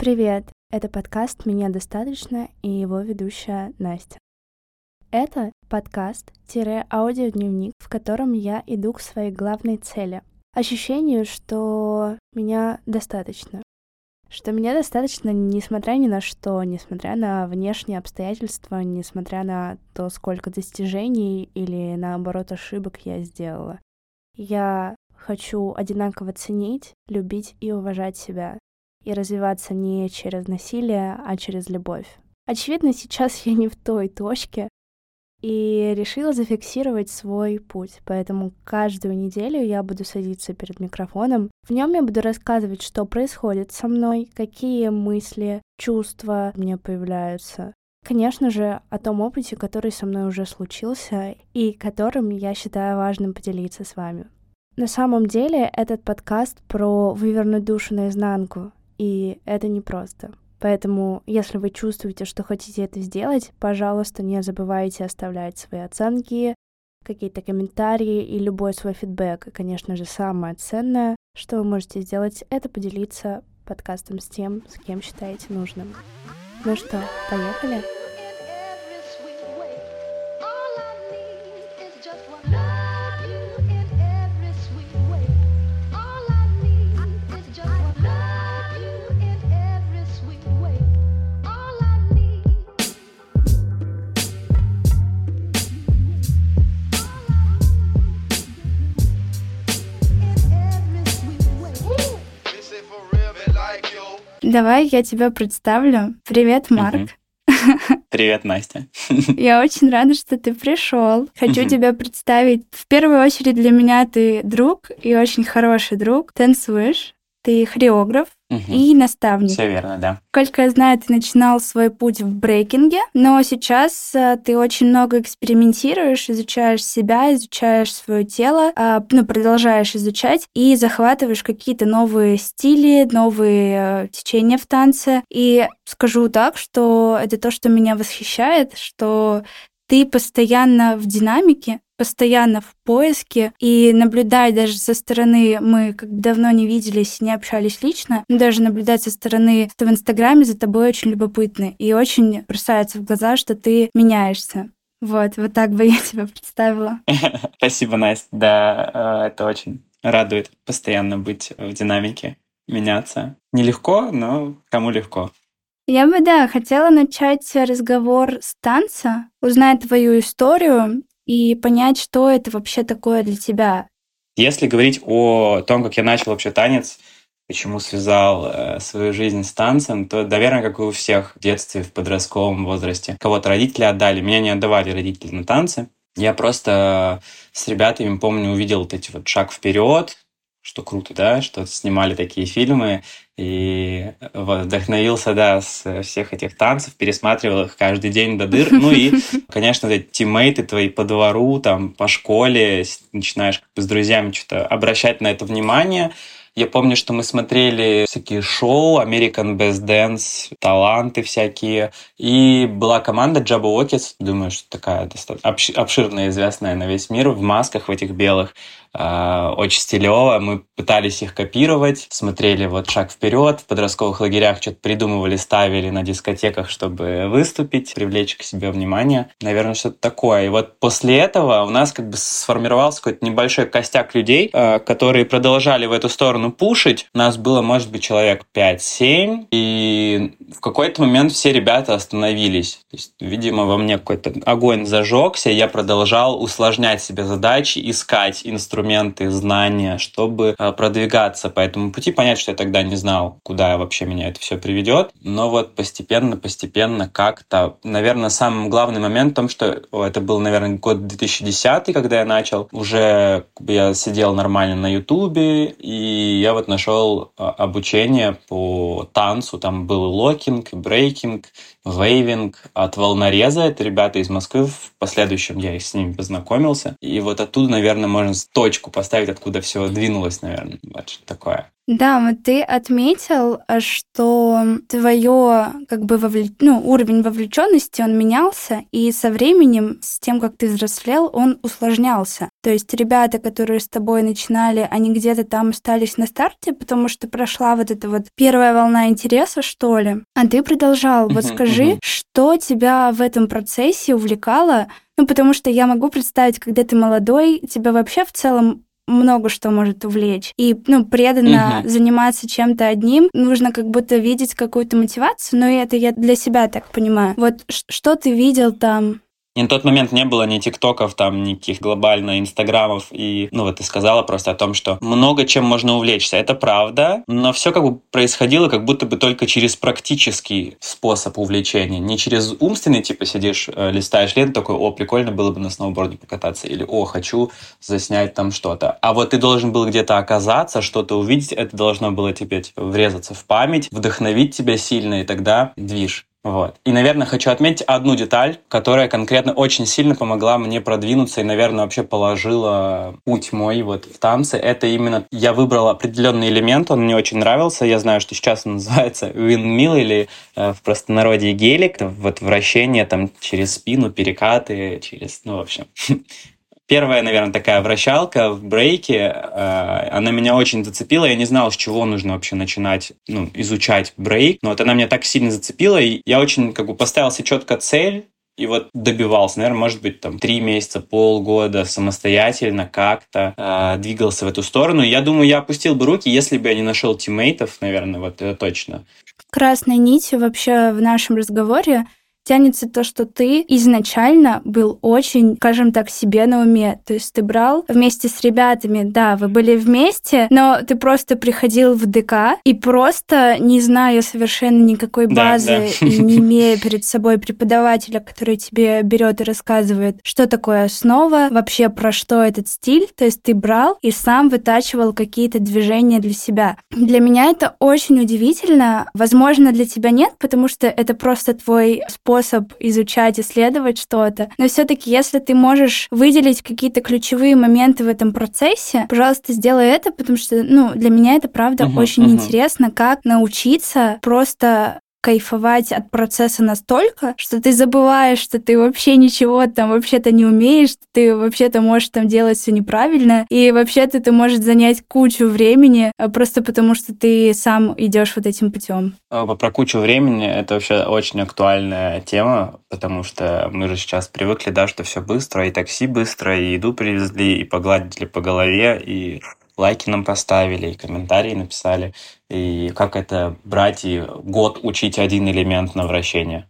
Привет! Это подкаст «Меня достаточно» и его ведущая Настя. Это подкаст-аудиодневник, в котором я иду к своей главной цели. Ощущению, что меня достаточно. Что меня достаточно, несмотря ни на что, несмотря на внешние обстоятельства, несмотря на то, сколько достижений или, наоборот, ошибок я сделала. Я хочу одинаково ценить, любить и уважать себя. И развиваться не через насилие, а через любовь. Очевидно, сейчас я не в той точке, и решила зафиксировать свой путь. Поэтому каждую неделю я буду садиться перед микрофоном. В нем я буду рассказывать, что происходит со мной, какие мысли, чувства у меня появляются. Конечно же, о том опыте, который со мной уже случился, и которым я считаю важным поделиться с вами. На самом деле, этот подкаст про вывернуть душу наизнанку. И это непросто. Поэтому, если вы чувствуете, что хотите это сделать, пожалуйста, не забывайте оставлять свои оценки, какие-то комментарии и любой свой фидбэк. И, конечно же, самое ценное, что вы можете сделать, это поделиться подкастом с тем, с кем считаете нужным. Ну что, поехали? Давай я тебя представлю. Привет, Марк. Привет, Настя. Я очень рада, что ты пришел. Хочу тебя представить. В первую очередь для меня ты друг и очень хороший друг. Танцуешь, ты хореограф и наставник. Все верно, да. Сколько я знаю, ты начинал свой путь в брейкинге, но сейчас ты очень много экспериментируешь, изучаешь себя, изучаешь свое тело, продолжаешь изучать и захватываешь какие-то новые стили, новые течения в танце. И скажу так, что это то, что меня восхищает, что ты постоянно в динамике, постоянно в поиске, и наблюдать даже со стороны, мы как бы давно не виделись, не общались лично, но даже наблюдать со стороны, что в Инстаграме за тобой очень любопытно, и очень бросается в глаза, что ты меняешься. Вот так бы я тебя представила. Спасибо, Настя. Да, это очень радует постоянно быть в динамике, меняться. Нелегко, но кому легко. Я бы, хотела начать разговор с танца, узнать твою историю и понять, что это вообще такое для тебя. Если говорить о том, как я начал вообще танец, почему связал свою жизнь с танцем, то, наверное, как и у всех в детстве, в подростковом возрасте. Кого-то родители отдали, меня не отдавали родители на танцы. Я просто с ребятами, помню, увидел вот эти вот «Шаг вперед», что круто, да, что снимали такие фильмы, и вдохновился, с всех этих танцев, пересматривал их каждый день до дыр. Ну и, конечно, эти тиммейты твои по двору, там, по школе, начинаешь как бы с друзьями что-то обращать на это внимание. Я помню, что мы смотрели всякие шоу, American Best Dance, таланты всякие. И была команда Jabberwockets, думаю, что такая достаточно обширная, известная на весь мир, в масках в этих белых. Очень стилево. Мы пытались их копировать, смотрели вот «Шаг вперед», в подростковых лагерях что-то придумывали, ставили на дискотеках, чтобы выступить, привлечь к себе внимание. Наверное, что-то такое. И вот после этого у нас как бы сформировался какой-то небольшой костяк людей, которые продолжали в эту сторону пушить. У нас было, может быть, человек 5-7, и в какой-то момент все ребята остановились. То есть, видимо, во мне какой-то огонь зажегся, и я продолжал усложнять себе задачи, искать инструменты, знания, чтобы продвигаться по этому пути, понять, что я тогда не знал, куда вообще меня это все приведет. Но вот постепенно как-то, наверное, самый главный момент в том, что это был, наверное, год 2010, когда я начал. Уже я сидел нормально на Ютубе, и я вот нашел обучение по танцу. Там был локинг, брейкинг, вейвинг от волнореза. Это ребята из Москвы. В последующем я с ними познакомился. И вот оттуда, наверное, можно точку поставить, откуда все двинулось, наверное. Вот что такое. Да, вот ты отметил, что твое уровень вовлеченности он менялся, и со временем, с тем, как ты взрослел, он усложнялся. То есть ребята, которые с тобой начинали, они где-то там остались на старте, потому что прошла вот эта вот первая волна интереса, что ли, а ты продолжал. Вот скажи, что тебя в этом процессе увлекало? Ну, потому что я могу представить, когда ты молодой, тебя вообще в целом много что может увлечь. И, преданно заниматься чем-то одним, нужно как будто видеть какую-то мотивацию, но это я для себя так понимаю. Вот что ты видел там? И на тот момент не было ни тиктоков, там, никаких глобально инстаграмов. И, вот ты сказала просто о том, что много чем можно увлечься. Это правда, но все как бы происходило как будто бы только через практический способ увлечения. Не через умственный, типа сидишь, листаешь ленту, такой, о, прикольно было бы на сноуборде покататься. Или, о, хочу заснять там что-то. А вот ты должен был где-то оказаться, что-то увидеть, это должно было тебе врезаться в память, вдохновить тебя сильно, и тогда движ. Вот. И, наверное, хочу отметить одну деталь, которая конкретно очень сильно помогла мне продвинуться и, наверное, вообще положила путь мой вот в танцы. Это именно я выбрал определенный элемент, он мне очень нравился. Я знаю, что сейчас он называется windmill или в простонародье гелик. Это вот вращение там через спину, перекаты, в общем... Первая, наверное, такая вращалка в брейке, она меня очень зацепила. Я не знал, с чего нужно вообще начинать изучать брейк. Но вот она меня так сильно зацепила, и я очень поставил себе четко цель, и вот добивался, наверное, может быть, 3 месяца, полгода самостоятельно как-то двигался в эту сторону. Я думаю, я опустил бы руки, если бы я не нашел тиммейтов, наверное, вот это точно. Красной нитью вообще в нашем разговоре тянется то, что ты изначально был очень, скажем так, себе на уме. То есть ты брал вместе с ребятами, да, вы были вместе, но ты просто приходил в ДК и просто, не зная совершенно никакой базы и не имея перед собой преподавателя, который тебе берет и рассказывает, что такое основа, вообще про что этот стиль, то есть ты брал и сам вытачивал какие-то движения для себя. Для меня это очень удивительно. Возможно, для тебя нет, потому что это просто твой способ изучать, исследовать что-то. Но все-таки, если ты можешь выделить какие-то ключевые моменты в этом процессе, пожалуйста, сделай это, потому что, для меня это правда очень интересно, как научиться просто кайфовать от процесса настолько, что ты забываешь, что ты вообще ничего там вообще-то не умеешь, что ты вообще-то можешь там делать все неправильно, и вообще-то ты можешь занять кучу времени просто потому, что ты сам идешь вот этим путем. Про кучу времени это вообще очень актуальная тема, потому что мы же сейчас привыкли, да, что все быстро, и такси быстро, и еду привезли, и погладили по голове, и лайки нам поставили, и комментарии написали. И как это брать и год учить один элемент на вращение.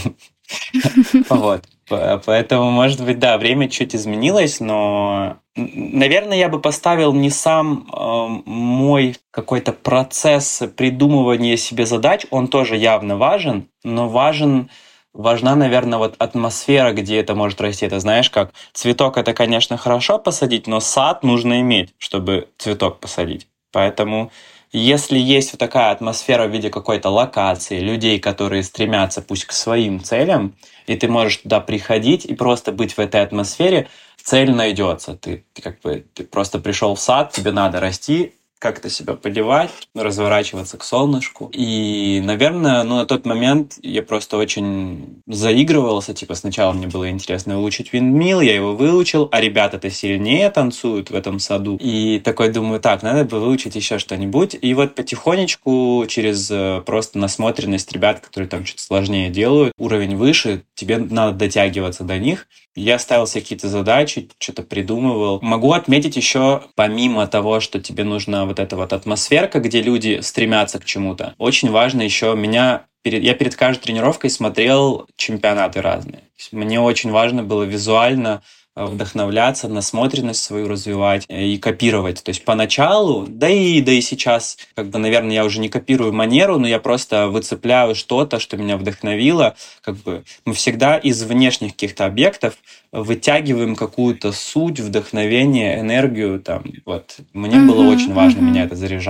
Вот. Поэтому, может быть, да, время чуть изменилось, но, наверное, я бы поставил не сам мой какой-то процесс придумывания себе задач, он тоже явно важен, но важна, наверное, вот атмосфера, где это может расти. Это знаешь, как цветок — это, конечно, хорошо посадить, но сад нужно иметь, чтобы цветок посадить. Поэтому если есть вот такая атмосфера в виде какой-то локации, людей, которые стремятся пусть к своим целям, и ты можешь туда приходить и просто быть в этой атмосфере, цель найдется. Ты просто пришел в сад, тебе надо расти, как-то себя поливать, разворачиваться к солнышку. И, наверное, на тот момент я просто очень заигрывался. Сначала мне было интересно выучить виндмилл, я его выучил, а ребята-то сильнее танцуют в этом саду. И такой думаю, надо бы выучить еще что-нибудь. И вот потихонечку через просто насмотренность ребят, которые там что-то сложнее делают, уровень выше, тебе надо дотягиваться до них. Я ставил себе какие-то задачи, что-то придумывал. Могу отметить еще, помимо того, что тебе нужна вот эта вот атмосферка, где люди стремятся к чему-то, очень важно еще я перед каждой тренировкой смотрел чемпионаты разные. Мне очень важно было визуально вдохновляться, насмотренность свою развивать и копировать. То есть поначалу, да и сейчас, наверное, я уже не копирую манеру, но я просто выцепляю что-то, что меня вдохновило. Мы всегда из внешних каких-то объектов вытягиваем какую-то суть, вдохновение, энергию. Мне было очень важно, меня это заряжало.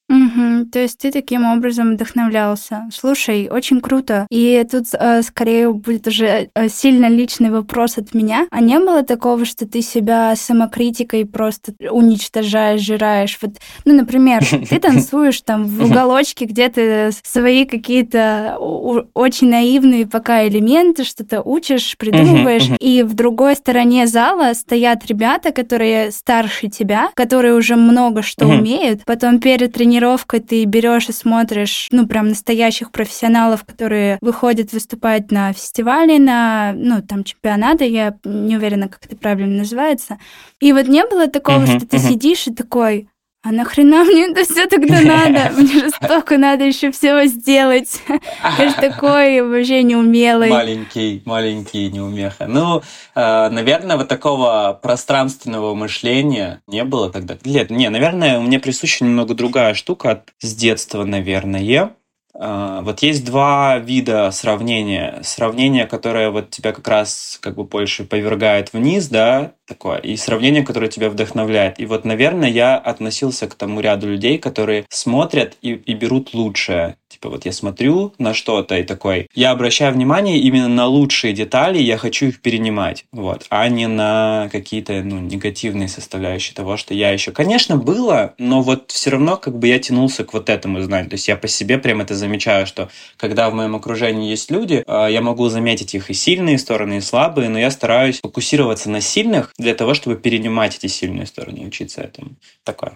То есть ты таким образом вдохновлялся. Слушай, очень круто. И тут скорее будет уже сильно личный вопрос от меня. А не было такого, что ты себя самокритикой просто уничтожаешь, жираешь? Вот, ну, например, ты танцуешь там в уголочке, где-то свои какие-то очень наивные пока элементы, что-то учишь, придумываешь, и в другой стороне зала стоят ребята, которые старше тебя, которые уже много что умеют. Потом перед тренировкой ты берешь и смотришь, ну, прям настоящих профессионалов, которые выходят выступать на фестивале, на, ну, там, чемпионаты, я не уверена, как это правильно называется. И вот не было такого, что ты сидишь и такой: а нахрена мне это все тогда надо? Мне же столько надо еще всего сделать. Я же такой вообще неумелый. Маленький неумеха. Ну, наверное, вот такого пространственного мышления не было тогда. Наверное, мне присуща немного другая штука с детства, наверное. Вот есть два вида сравнения. Сравнение, которое вот тебя как раз как бы больше повергает вниз, да, такое, и сравнение, которое тебя вдохновляет. И вот, наверное, я относился к тому ряду людей, которые смотрят и берут лучшее. Типа вот я смотрю на что-то и такой, я обращаю внимание именно на лучшие детали, я хочу их перенимать, вот, а не на какие-то, ну, негативные составляющие того, что я еще. Конечно, было, но вот все равно как бы я тянулся к вот этому знанию. То есть я по себе прям это замечаю, что когда в моем окружении есть люди, я могу заметить их и сильные стороны, и слабые, но я стараюсь фокусироваться на сильных для того, чтобы перенимать эти сильные стороны и учиться этому. Такое.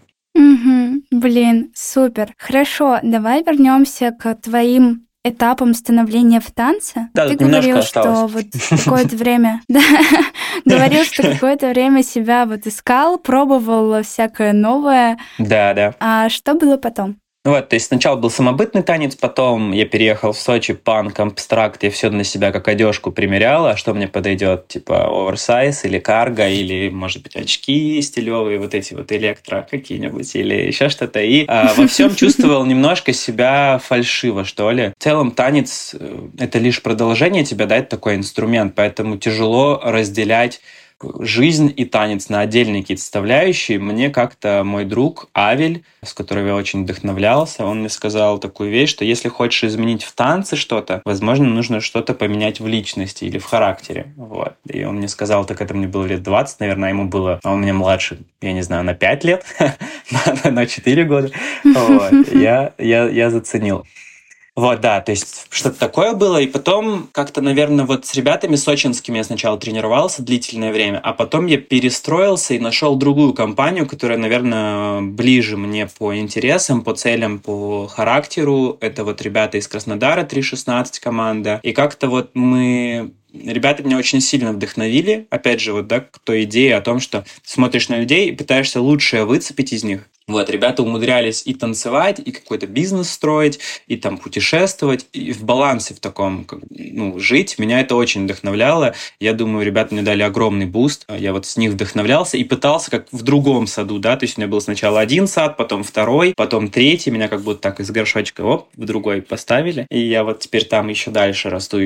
Блин, супер. Хорошо, давай вернемся к твоим этапам становления в танце. Да, ты тут немножко говорил, осталось. что вот какое-то время... Говорил, что какое-то время себя вот искал, пробовал всякое новое. Да. А что было потом? Ну вот, то есть сначала был самобытный танец, потом я переехал в Сочи, панк, абстракт, я все на себя как одежку примерял, а что мне подойдет, типа оверсайз или карго, или, может быть, очки стилевые, вот эти вот электро какие-нибудь, или еще что-то. И во всем чувствовал немножко себя фальшиво, что ли. В целом танец — это лишь продолжение тебя, да, это такой инструмент, поэтому тяжело разделять жизнь и танец на отдельные какие-то составляющие. Мне как-то мой друг Авель, с которым я очень вдохновлялся, он мне сказал такую вещь, что если хочешь изменить в танце что-то, возможно, нужно что-то поменять в личности или в характере. Вот. И он мне сказал, так это мне было лет 20, наверное, ему было, а он меня младше, я не знаю, на 5 лет, на 4 года. Вот. Я заценил. Вот, да, то есть что-то такое было, и потом как-то, наверное, вот с ребятами сочинскими я сначала тренировался длительное время, а потом я перестроился и нашел другую компанию, которая, наверное, ближе мне по интересам, по целям, по характеру. Это вот ребята из Краснодара, 3.16 команда, и как-то вот ребята меня очень сильно вдохновили, опять же, вот, да, к той идее о том, что смотришь на людей и пытаешься лучшее выцепить из них. Вот, ребята умудрялись и танцевать, и какой-то бизнес строить, и там путешествовать, и в балансе в таком, жить. Меня это очень вдохновляло. Я думаю, ребята мне дали огромный буст. Я вот с них вдохновлялся и пытался как в другом саду, да, то есть у меня был сначала один сад, потом второй, потом третий, меня как будто так из горшочка, в другой поставили. И я вот теперь там еще дальше расту.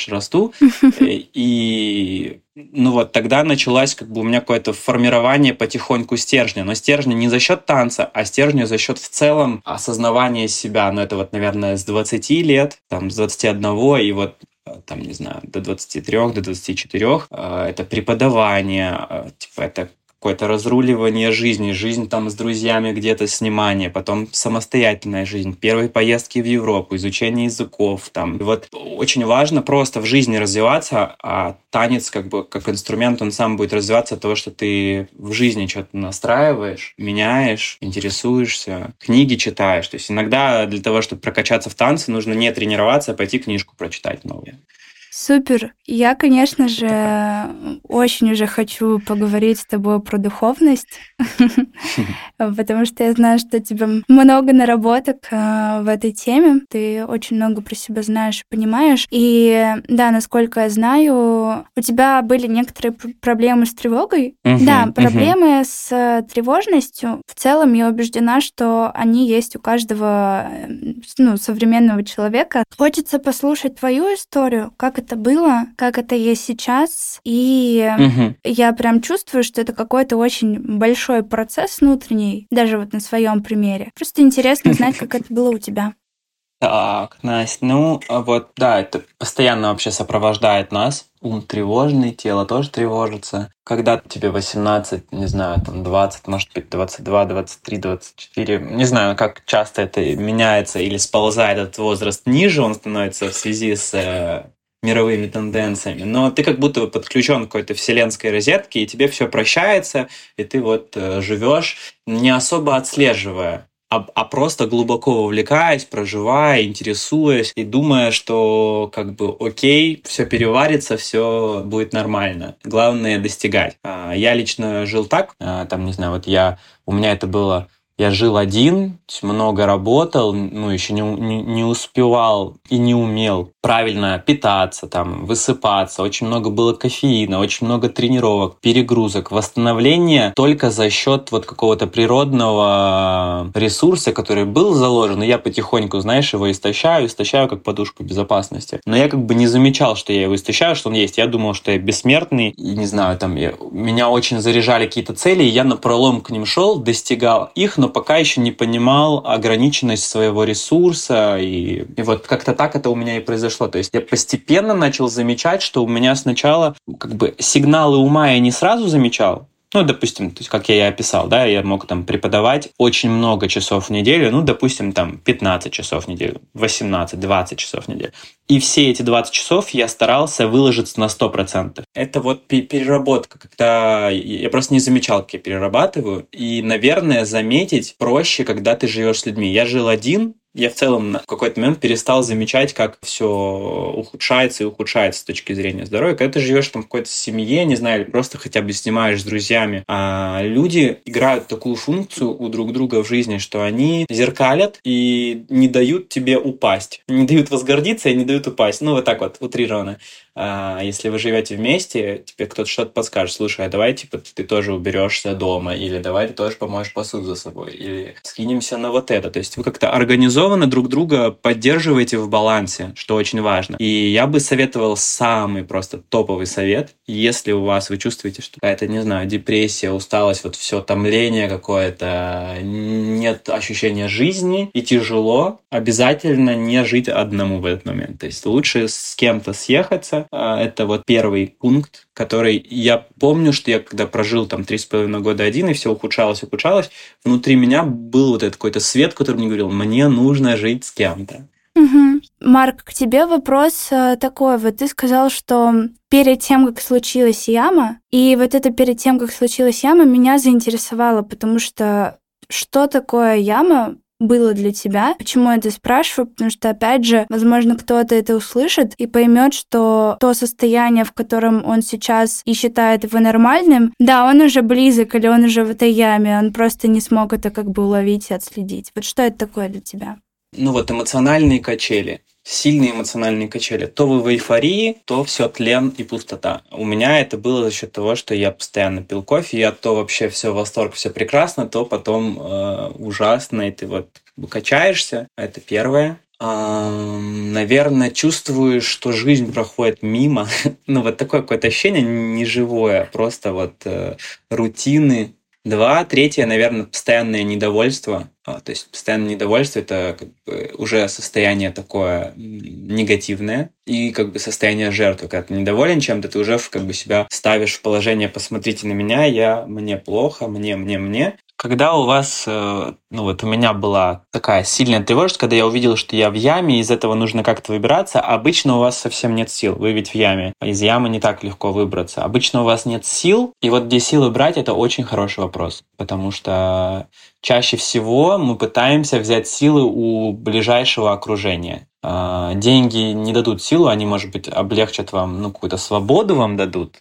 И тогда началось у меня какое-то формирование потихоньку стержня. Но стержня не за счет танца, а стержня за счет в целом осознавания себя. Это вот, наверное, с 20 лет, с 21, и вот не знаю, до 23, до 24. Это преподавание, это какое-то разруливание жизни, жизнь с друзьями где-то, снимание, потом самостоятельная жизнь, первые поездки в Европу, изучение языков. И вот очень важно просто в жизни развиваться, а танец как инструмент, он сам будет развиваться от того, что ты в жизни что-то настраиваешь, меняешь, интересуешься, книги читаешь. То есть иногда для того, чтобы прокачаться в танце, нужно не тренироваться, а пойти книжку прочитать новую. Супер. Я, конечно же, очень уже хочу поговорить с тобой про духовность, потому что я знаю, что у тебя много наработок в этой теме. Ты очень много про себя знаешь и понимаешь. И да, насколько я знаю, у тебя были некоторые проблемы с тревогой. Да, проблемы с тревожностью. В целом, я убеждена, что они есть у каждого современного человека. Хочется послушать твою историю, как это это было, как это есть сейчас, и я прям чувствую, что это какой-то очень большой процесс внутренний, даже вот на своем примере. Просто интересно знать, как это было у тебя. Так, Настя, вот да, это постоянно вообще сопровождает нас. Ум тревожный, тело тоже тревожится. Когда тебе 18, не знаю, там 20, может быть 22, 23, 24, не знаю, как часто это меняется или сползает этот возраст ниже, он становится в связи с мировыми тенденциями, но ты как будто бы подключен к какой-то вселенской розетке, и тебе все прощается, и ты вот живешь, не особо отслеживая, а просто глубоко вовлекаясь, проживая, интересуясь и думая, что как бы окей, все переварится, все будет нормально. Главное достигать. Я лично жил так, там, не знаю, у меня это было. Я жил один, много работал, еще не успевал и не умел правильно питаться, там, высыпаться. Очень много было кофеина, очень много тренировок, перегрузок, восстановления только за счет вот какого-то природного ресурса, который был заложен, и я потихоньку, знаешь, его истощаю как подушку безопасности. Но я как бы не замечал, что я его истощаю, что он есть. Я думал, что я бессмертный, и не знаю, там, меня очень заряжали какие-то цели, и я напролом к ним шел, достигал их, но пока еще не понимал ограниченность своего ресурса, и вот как-то так это у меня и произошло. То есть я постепенно начал замечать, что у меня сначала как бы сигналы ума я не сразу замечал. Допустим, то есть, как я и описал, да, я мог там преподавать очень много часов в неделю, допустим, там 15 часов в неделю, 18, 20 часов в неделю. И все эти 20 часов я старался выложиться на 100%. Это вот переработка, когда я просто не замечал, как я перерабатываю. И, наверное, заметить проще, когда ты живешь с людьми. Я жил один, я в целом в какой-то момент перестал замечать, как все ухудшается и ухудшается с точки зрения здоровья. Когда ты живешь там в какой-то семье, не знаю, или просто хотя бы снимаешь с друзьями, люди играют такую функцию у друг друга в жизни, что они зеркалят и не дают тебе упасть. Не дают возгордиться и не дают упасть. Вот так вот, утрированно. Если вы живете вместе, тебе кто-то что-то подскажет. Слушай, а давай, ты тоже уберешься дома, или давай ты тоже помоешь посуду за собой, или скинемся на вот это. То есть вы как-то организованно друг друга поддерживаете в балансе, что очень важно. И я бы советовал самый просто топовый совет, если у вас, вы чувствуете, что какая-то, не знаю, депрессия, усталость, вот все томление какое-то, нет ощущения жизни и тяжело, обязательно не жить одному в этот момент. То есть лучше с кем-то съехаться. Это вот первый пункт, который я помню, что я когда прожил там 3,5 года один, и все ухудшалось, внутри меня был вот этот какой-то свет, который мне говорил, мне нужно жить с кем-то. Угу. Марк, к тебе вопрос такой. Вот ты сказал, что перед тем, как случилась яма, и вот это перед тем, как случилась яма, меня заинтересовало, потому что такое яма было для тебя? Почему я это спрашиваю? Потому что, опять же, возможно, кто-то это услышит и поймет, что то состояние, в котором он сейчас и считает его нормальным, да, он уже близок или он уже в этой яме, он просто не смог это как бы уловить и отследить. Вот что это такое для тебя? Эмоциональные качели. Сильные эмоциональные качели. То вы в эйфории, то все тлен и пустота. У меня это было за счет того, что я постоянно пил кофе, я то вообще все восторг, все прекрасно, то потом ужасно, и ты вот качаешься. Это первое. Наверное, чувствуешь, что жизнь проходит мимо. Вот такое какое-то ощущение неживое, просто вот рутины. Третье, наверное, постоянное недовольство. То есть постоянное недовольство – это как бы уже состояние такое негативное и как бы состояние жертвы. Когда ты недоволен чем-то, ты уже как бы себя ставишь в положение «посмотрите на меня, мне плохо, мне». Когда у вас, у меня была такая сильная тревожность, когда я увидел, что я в яме, из этого нужно как-то выбираться, обычно у вас совсем нет сил, вы ведь в яме, из ямы не так легко выбраться. Обычно у вас нет сил, и вот где силы брать, это очень хороший вопрос, потому что чаще всего мы пытаемся взять силы у ближайшего окружения. Деньги не дадут силу, они, может быть, облегчат вам, какую-то свободу вам дадут,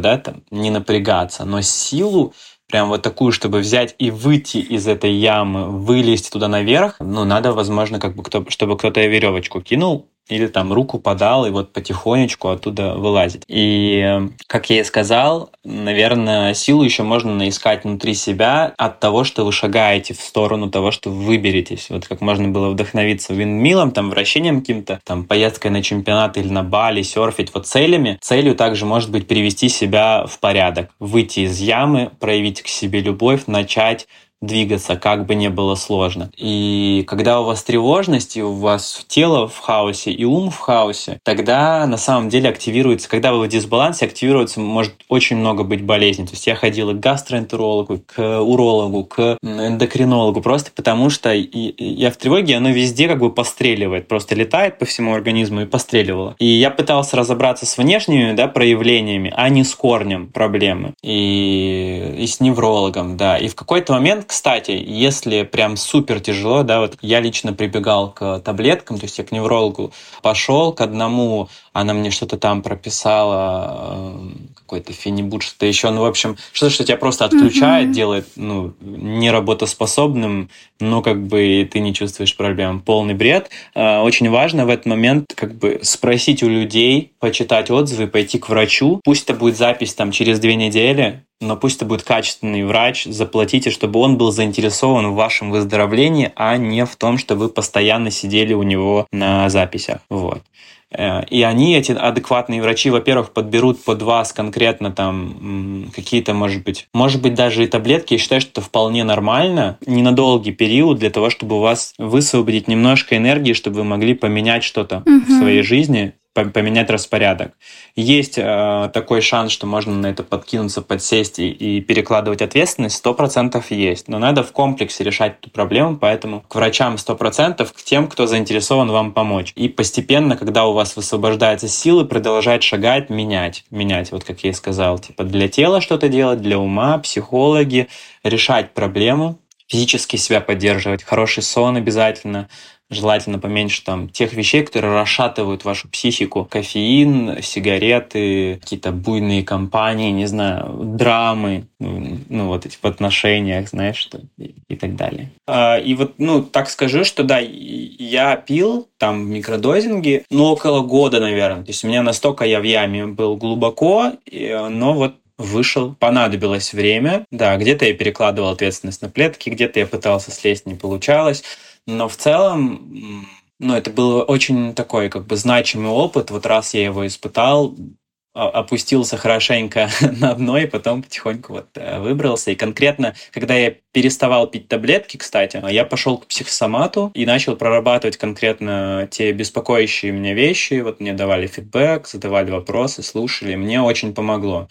не напрягаться, но силу прям вот такую, чтобы взять и выйти из этой ямы, вылезть туда наверх, надо, возможно, чтобы кто-то веревочку кинул, или там руку подал, и вот потихонечку оттуда вылазить. И, как я и сказал, наверное, силу еще можно искать внутри себя от того, что вы шагаете в сторону того, что вы выберетесь. Вот как можно было вдохновиться виндмиллом, там, вращением каким-то, там, поездкой на чемпионат или на Бали, серфить, вот целями. Целью также может быть привести себя в порядок, выйти из ямы, проявить к себе любовь, начать двигаться, как бы не было сложно. И когда у вас тревожность, и у вас тело в хаосе, и ум в хаосе, тогда на самом деле активируется, когда вы в дисбалансе, активируется, может очень много быть болезней. То есть я ходила к гастроэнтерологу, к урологу, к эндокринологу, просто потому что я в тревоге, оно везде как бы постреливает, просто летает по всему организму и постреливало. И я пытался разобраться с внешними, да, проявлениями, а не с корнем проблемы. И с неврологом, да. И в какой-то момент, кстати, если прям супер тяжело, да, вот я лично прибегал к таблеткам, то есть я к неврологу пошел, к одному, она мне что-то там прописала, какой-то фенибут, что-то еще, ну, в общем, что-то, что тебя просто отключает, делает, ну, неработоспособным, но как бы ты не чувствуешь проблем. Полный бред. Очень важно в этот момент как бы спросить у людей, почитать отзывы, пойти к врачу. Пусть это будет запись там через 2 недели, но пусть это будет качественный врач, заплатите, чтобы он был заинтересован в вашем выздоровлении, а не в том, что вы постоянно сидели у него на записях. Вот. И они, эти адекватные врачи, во-первых, подберут под вас конкретно там какие-то, может быть, даже и таблетки. Я считаю, что это вполне нормально, не на долгий период, для того, чтобы у вас высвободить немножко энергии, чтобы вы могли поменять что-то в своей жизни, поменять распорядок. Есть такой шанс, что можно на это подкинуться, подсесть и перекладывать ответственность, 100% есть. Но надо в комплексе решать эту проблему, поэтому к врачам 100%, к тем, кто заинтересован вам помочь. И постепенно, когда у вас высвобождаются силы, продолжать шагать, менять. Вот как я и сказал, типа для тела что-то делать, для ума, психологи, решать проблему, физически себя поддерживать, хороший сон обязательно, желательно поменьше там тех вещей, которые расшатывают вашу психику. Кофеин, сигареты, какие-то буйные компании, не знаю, драмы, ну вот эти в отношениях, знаешь, что и так далее. И вот, ну, так скажу, что да, я пил там в микродозинге, ну, около года, наверное. То есть у меня настолько я в яме был глубоко, но вот вышел, понадобилось время. Да, где-то я перекладывал ответственность на плетки, где-то я пытался слезть, не получалось. Но в целом, ну, это был очень такой, как бы, значимый опыт. Вот раз я его испытал, опустился хорошенько на дно и потом потихоньку вот выбрался. И конкретно, когда я переставал пить таблетки, кстати, я пошел к психосомату и начал прорабатывать конкретно те беспокоящие меня вещи. Вот мне давали фидбэк, задавали вопросы, слушали. Мне очень помогло.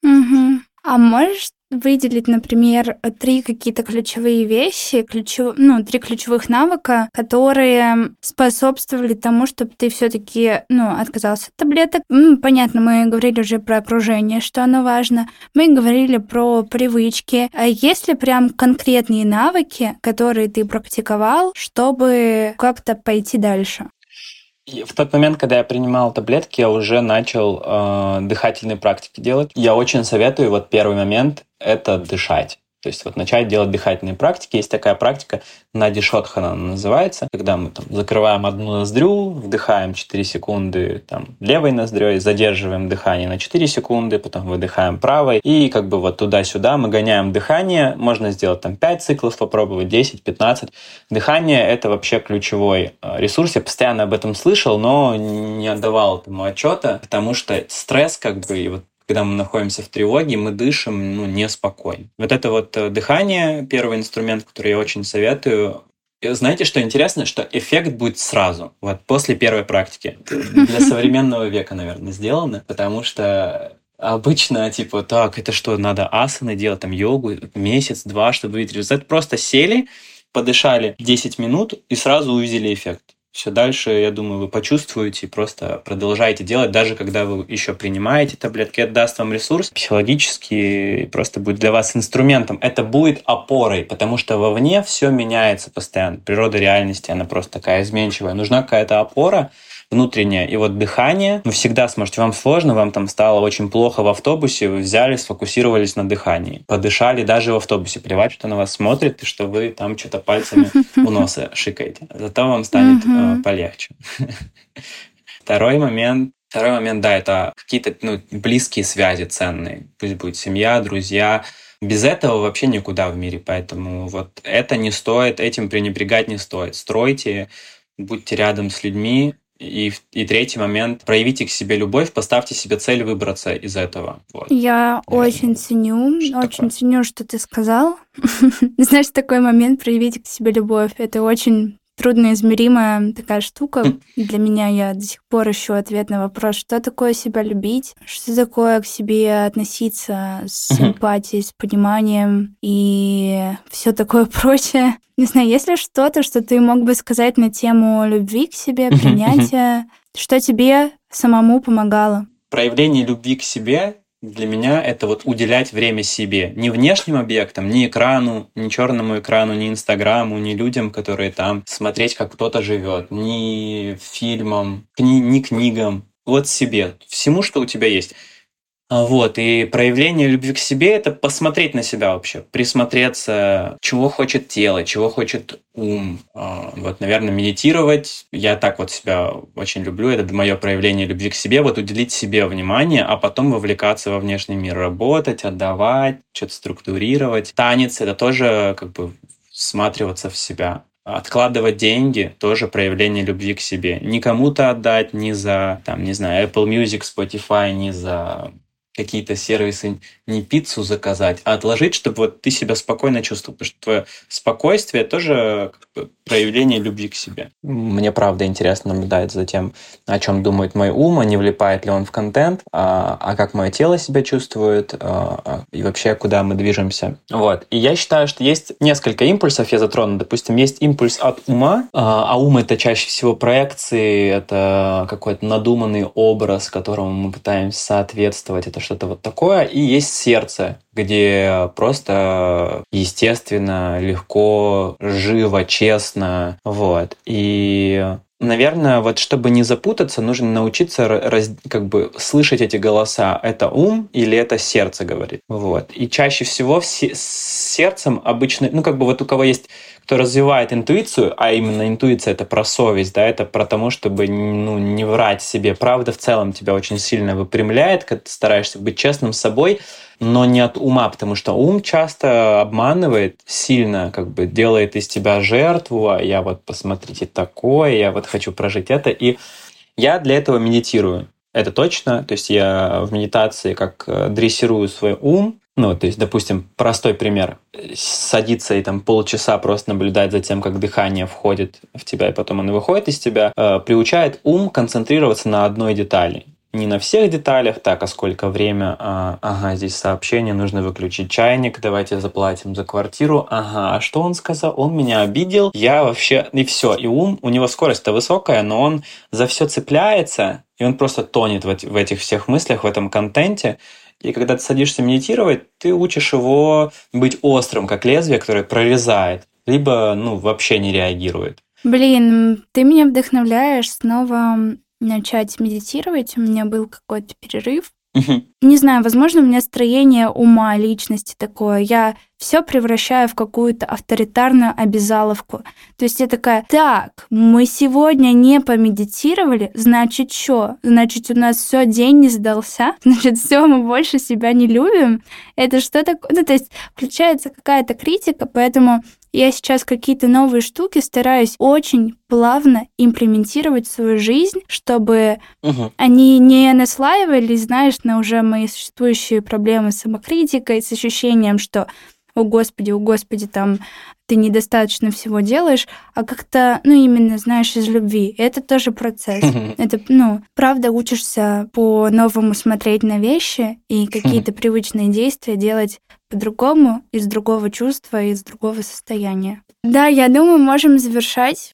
А можешь выделить, например, 3 какие-то ключевые вещи, 3 ключевых навыка, которые способствовали тому, чтобы ты все-таки, отказался от таблеток. Понятно, мы говорили уже про окружение, что оно важно. Мы говорили про привычки. А есть ли прям конкретные навыки, которые ты практиковал, чтобы как-то пойти дальше? В тот момент, когда я принимал таблетки, я уже начал дыхательные практики делать. Я очень советую, вот первый момент – это дышать. То есть вот начать делать дыхательные практики. Есть такая практика, Нади Шодхана называется, когда мы там закрываем одну ноздрю, вдыхаем 4 секунды там, левой ноздрёй, задерживаем дыхание на 4 секунды, потом выдыхаем правой, и как бы вот туда-сюда мы гоняем дыхание. Можно сделать там 5 циклов, попробовать 10, 15. Дыхание – это вообще ключевой ресурс. Я постоянно об этом слышал, но не отдавал этому отчета, потому что стресс как бы, и вот когда мы находимся в тревоге, мы дышим неспокойно. Вот это вот дыхание, первый инструмент, который я очень советую. И знаете, что интересно? Что эффект будет сразу, вот после первой практики. Для современного века, наверное, сделано, потому что обычно, типа, так, это что, надо асаны делать, там, йогу, месяц-два, чтобы увидеть результат. Просто сели, подышали 10 минут и сразу увидели эффект. Все дальше, я думаю, вы почувствуете и просто продолжаете делать, даже когда вы еще принимаете таблетки. Это даст вам ресурс психологический, просто будет для вас инструментом. Это будет опорой, потому что вовне все меняется постоянно. Природа реальности, она просто такая изменчивая. Нужна какая-то опора внутреннее. И вот дыхание, вы всегда сможете, вам сложно, вам там стало очень плохо в автобусе, вы взяли, сфокусировались на дыхании, подышали даже в автобусе, плевать, что на вас смотрит, и что вы там что-то пальцами у носа шикаете. Зато вам станет полегче. Второй момент, да, это какие-то близкие связи ценные. Пусть будет семья, друзья. Без этого вообще никуда в мире. Поэтому вот это не стоит, этим пренебрегать не стоит. Стройте, будьте рядом с людьми. И третий момент, проявите к себе любовь, поставьте себе цель выбраться из этого. Вот. Я очень ценю, что ты сказал. Знаешь, такой момент проявить к себе любовь. Это очень трудноизмеримая такая штука. Для меня я до сих пор ищу ответ на вопрос, что такое себя любить, что такое к себе относиться с эмпатией, с пониманием и все такое прочее. Не знаю, есть ли что-то, что ты мог бы сказать на тему любви к себе, принятия, что тебе самому помогало? Проявление любви к себе для меня это вот уделять время себе. Не внешним объектам, не экрану, не черному экрану, не Инстаграму, не людям, которые там, смотреть, как кто-то живет, не фильмам, не книгам. Вот себе, всему, что у тебя есть. Вот, и проявление любви к себе — это посмотреть на себя вообще, присмотреться, чего хочет тело, чего хочет ум. Вот, наверное, медитировать. Я так вот себя очень люблю, это мое проявление любви к себе, вот уделить себе внимание, а потом вовлекаться во внешний мир, работать, отдавать, что-то структурировать. Танец — это тоже как бы всматриваться в себя. Откладывать деньги — тоже проявление любви к себе. Не кому-то отдать, не за, там, не знаю, Apple Music, Spotify, не за какие-то сервисы, не пиццу заказать, а отложить, чтобы вот ты себя спокойно чувствовал. Потому что твое спокойствие тоже как бы проявление любви к себе. Мне правда интересно наблюдать за тем, о чем думает мой ум, а не влипает ли он в контент, а как мое тело себя чувствует, и вообще куда мы движемся. Вот. И я считаю, что есть несколько импульсов, я затрону. Допустим, есть импульс от ума, а ум — это чаще всего проекции, это какой-то надуманный образ, которому мы пытаемся соответствовать, это что-то вот такое. И есть сердце, где просто естественно, легко, живо, честно. Вот. И, наверное, вот чтобы не запутаться, нужно научиться как бы слышать эти голоса. Это ум или это сердце говорит. Вот. И чаще всего с сердцем обычно, как бы вот у кого есть, кто развивает интуицию, а именно интуиция — это про совесть, да, это про то, чтобы не врать себе. Правда в целом тебя очень сильно выпрямляет, когда ты стараешься быть честным с собой, но не от ума, потому что ум часто обманывает сильно, как бы делает из тебя жертву, а я вот, посмотрите, такое, я вот хочу прожить это. И я для этого медитирую. Это точно. То есть я в медитации как дрессирую свой ум. То есть, допустим, простой пример. Садиться и там полчаса просто наблюдать за тем, как дыхание входит в тебя, и потом оно выходит из тебя, приучает ум концентрироваться на одной детали. Не на всех деталях, так, а сколько время, здесь сообщение, нужно выключить чайник, давайте заплатим за квартиру, а что он сказал, он меня обидел, я вообще, и все, и ум, у него скорость-то высокая, но он за все цепляется, и он просто тонет в этих всех мыслях, в этом контенте, и когда ты садишься медитировать, ты учишь его быть острым, как лезвие, которое прорезает, либо, вообще не реагирует. Блин, ты меня вдохновляешь снова начать медитировать. У меня был какой-то перерыв. Не знаю, возможно, у меня строение ума, личности такое. Я все превращаю в какую-то авторитарную обязаловку. То есть я такая: так, мы сегодня не помедитировали, значит, что? Значит, у нас все, день не сдался, значит, все, мы больше себя не любим. Это что такое? То есть включается какая-то критика, поэтому я сейчас какие-то новые штуки стараюсь очень плавно имплементировать в свою жизнь, чтобы они не наслаивались, знаешь, на уже мои существующие проблемы с самокритикой, с ощущением, что о господи, там ты недостаточно всего делаешь, а как-то, именно, знаешь, из любви. Это тоже процесс. Это, правда, учишься по-новому смотреть на вещи и какие-то привычные действия делать по-другому, из другого чувства, из другого состояния. Да, я думаю, можем завершать.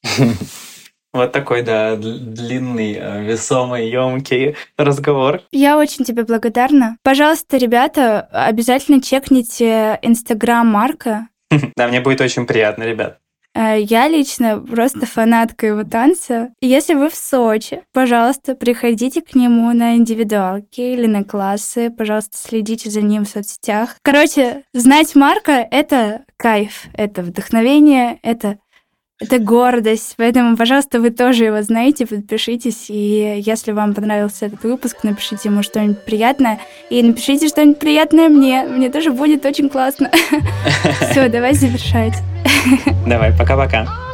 Вот такой, да, длинный, весомый, ёмкий разговор. Я очень тебе благодарна. Пожалуйста, ребята, обязательно чекните Инстаграм Марка. Да, мне будет очень приятно, ребят. Я лично просто фанатка его танца. Если вы в Сочи, пожалуйста, приходите к нему на индивидуалки или на классы. Пожалуйста, следите за ним в соцсетях. Короче, знать Марка — это кайф, это вдохновение, это Это гордость, поэтому, пожалуйста, вы тоже его знаете, подпишитесь, и если вам понравился этот выпуск, напишите ему что-нибудь приятное, и напишите что-нибудь приятное мне тоже будет очень классно. Все, давай завершать. Давай, пока-пока.